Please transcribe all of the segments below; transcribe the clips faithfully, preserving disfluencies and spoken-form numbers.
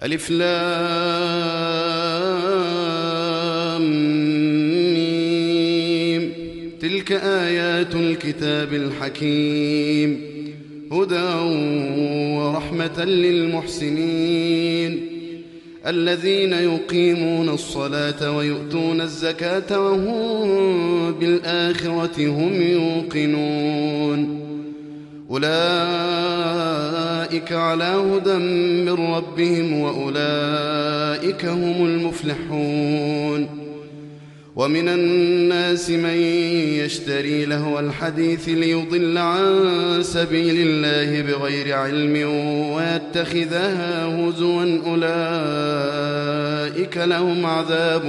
ألف لام ميم. تلك آيات الكتاب الحكيم هدى ورحمة للمحسنين الذين يقيمون الصلاة ويؤتون الزكاة وهم بالآخرة هم يوقنون أولئك على هدى من ربهم وأولئك هم المفلحون. ومن الناس من يشتري لهو الحديث ليضل عن سبيل الله بغير علم ويتخذها هزوا أولئك لهم عذاب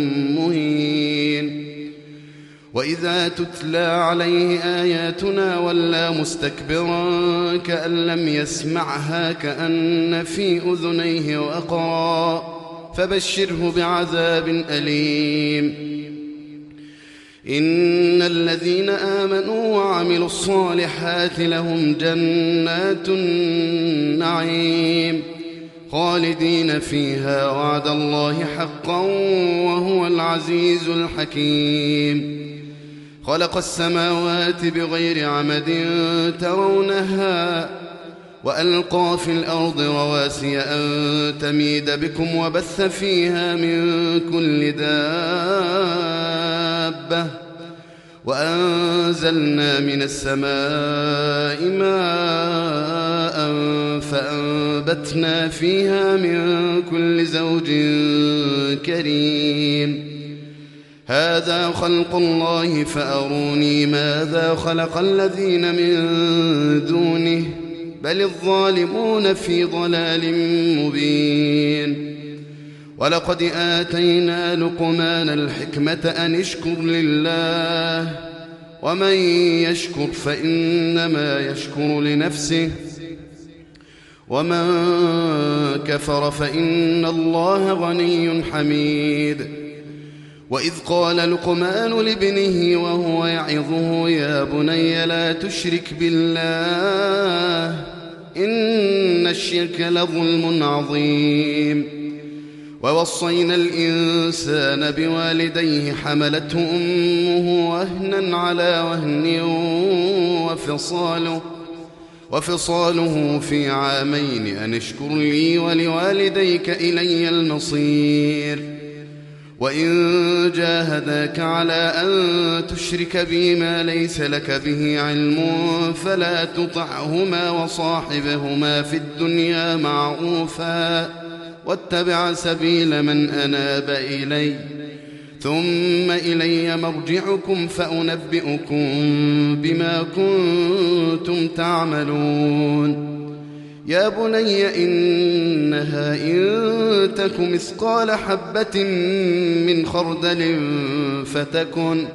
مهين. وإذا تتلى عليه آياتنا ولى مستكبرا كأن لم يسمعها كأن في أذنيه وقرا فبشره بعذاب أليم. إن الذين آمنوا وعملوا الصالحات لهم جنات النعيم خالدين فيها وعد الله حقا وهو العزيز الحكيم. خلق السماوات بغير عمد ترونها وألقى في الأرض رواسي أن تميد بكم وبث فيها من كل دابة وأنزلنا من السماء ماء فأنبتنا فيها من كل زوج كريم. هذا خلق الله فأروني ماذا خلق الذين من دونه بل الظالمون في ضلال مبين. ولقد آتينا لقمان الحكمة أن اشكر لله ومن يشكر فإنما يشكر لنفسه ومن كفر فإن الله غني حميد. وإذ قال لقمان لابنه وهو يعظه يا بني لا تشرك بالله إن الشرك لظلم عظيم. ووصينا الإنسان بوالديه حملته أمه وهنا على وهن وفصاله, وفصاله في عامين أن اشكر لي ولوالديك إلي المصير. وإن جاهداك على أن تشرك بي ما ليس لك به علم فلا تطعهما وصاحبهما في الدنيا معروفا واتبع سبيل من أناب إلي ثم إلي مرجعكم فأنبئكم بما كنتم تعملون. يا بني إنها إن تك مثقال حبة من خردل فتكن,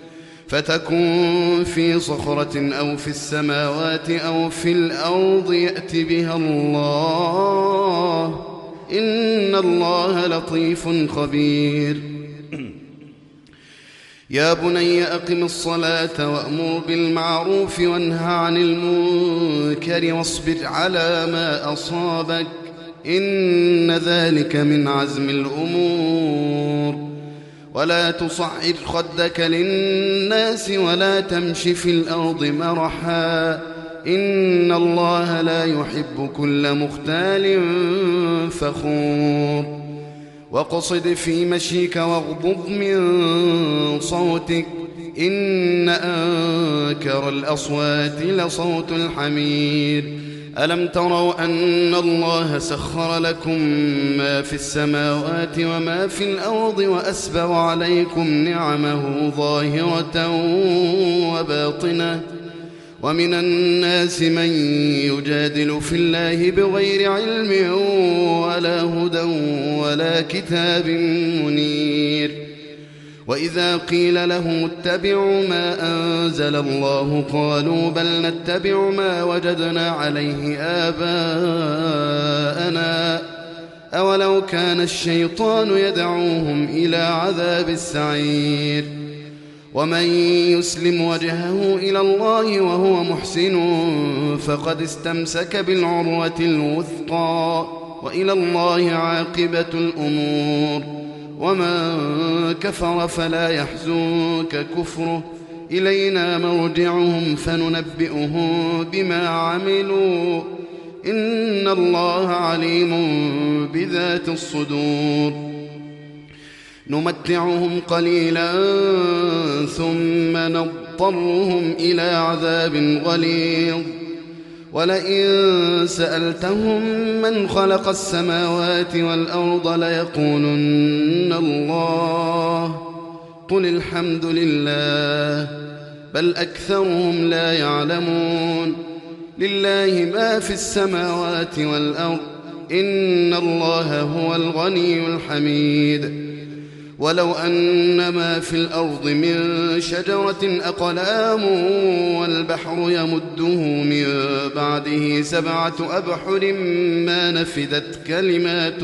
فتكن في صخرة أو في السماوات أو في الأرض يأت بها الله إن الله لطيف خبير. يا بني أقم الصلاة وأمر بالمعروف وانه عن المنكر واصبر على ما أصابك إن ذلك من عزم الأمور. ولا تصعر خدك للناس ولا تمش في الأرض مرحا إن الله لا يحب كل مختال فخور. واقصد في مشيك واغضض من صوتك إن أنكر الأصوات لصوت الحمير. ألم تروا أن الله سخر لكم ما في السماوات وما في الأرض وأسبغ عليكم نعمه ظاهرة وباطنة ومن الناس من يجادل في الله بغير علم ولا هدى ولا كتاب منير. وإذا قيل لهم اتبعوا ما أنزل الله قالوا بل نتبع ما وجدنا عليه آباءنا أولو كان الشيطان يدعوهم إلى عذاب السعير. ومن يسلم وجهه إلى الله وهو محسن فقد استمسك بالعروة الوثقى وإلى الله عاقبة الأمور. ومن كفر فلا يحزنك كفره، إلينا مرجعهم فننبئهم بما عملوا، إن الله عليم بذات الصدور. نمتعهم قليلا ثم نضطرهم إلى عذاب غليظ. ولئن سألتهم من خلق السماوات والأرض ليقولن الله، قل الحمد لله، بل أكثرهم لا يعلمون. لله ما في السماوات والأرض، إن الله هو الغني الحميد. ولو أن ما في الأرض من شجرة أقلام والبحر يمده من بعده سبعة أبحر ما نفدت كلمات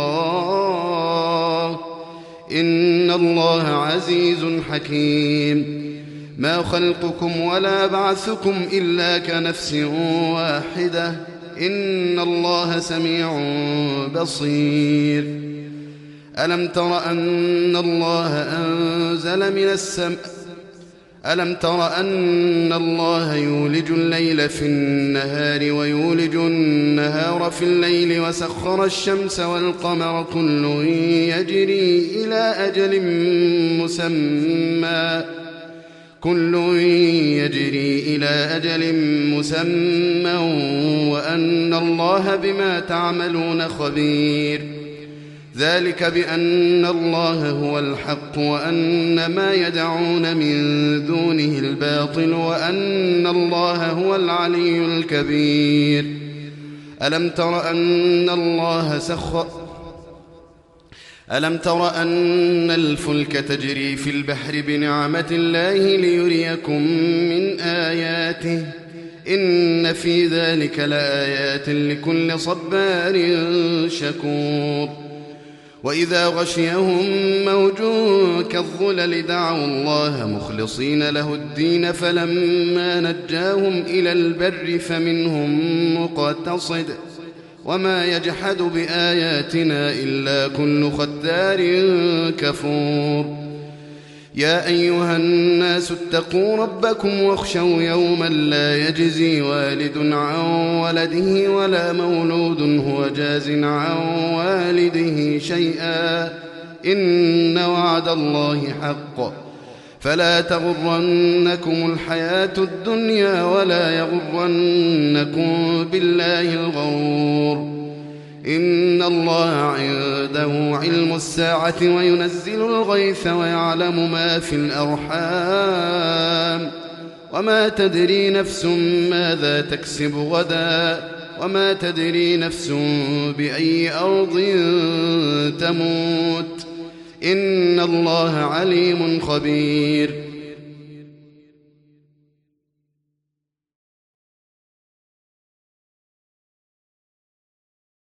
الله، إن الله عزيز حكيم. ما خلقكم ولا بعثكم إلا كنفس واحدة، إن الله سميع بصير. ألم تر أن الله أنزل من السماء ألم تر أن الله يولج الليل في النهار ويولج النهار في الليل وسخر الشمس والقمر كل يجري إلى أجل مسمى كل يجري إلى أجل مسمى وأن الله بما تعملون خبير. ذلك بأن الله هو الحق وأن ما يدعون من دونه الباطل وأن الله هو العلي الكبير. ألم تر أن الله سخر ألم تر أن الفلك تجري في البحر بنعمة الله ليريكم من آياته، إن في ذلك لآيات لكل صبار شكور. وإذا غشيهم موج كالظلل دعوا الله مخلصين له الدين فلما نجاهم إلى البر فمنهم مقتصد، وما يجحد بآياتنا إلا كل ختار كفور. يا أيها الناس اتقوا ربكم واخشوا يوما لا يجزي والد عن ولده ولا مولود هو جاز عن والده شيئا، إن وعد الله حق، فلا تغرنكم الحياة الدنيا ولا يغرنكم بالله الغرور. إن الله عنده علم الساعة وينزل الغيث ويعلم ما في الأرحام، وما تدري نفس ماذا تكسب غدا، وما تدري نفس بأي أرض تموت، إن الله عليم خبير.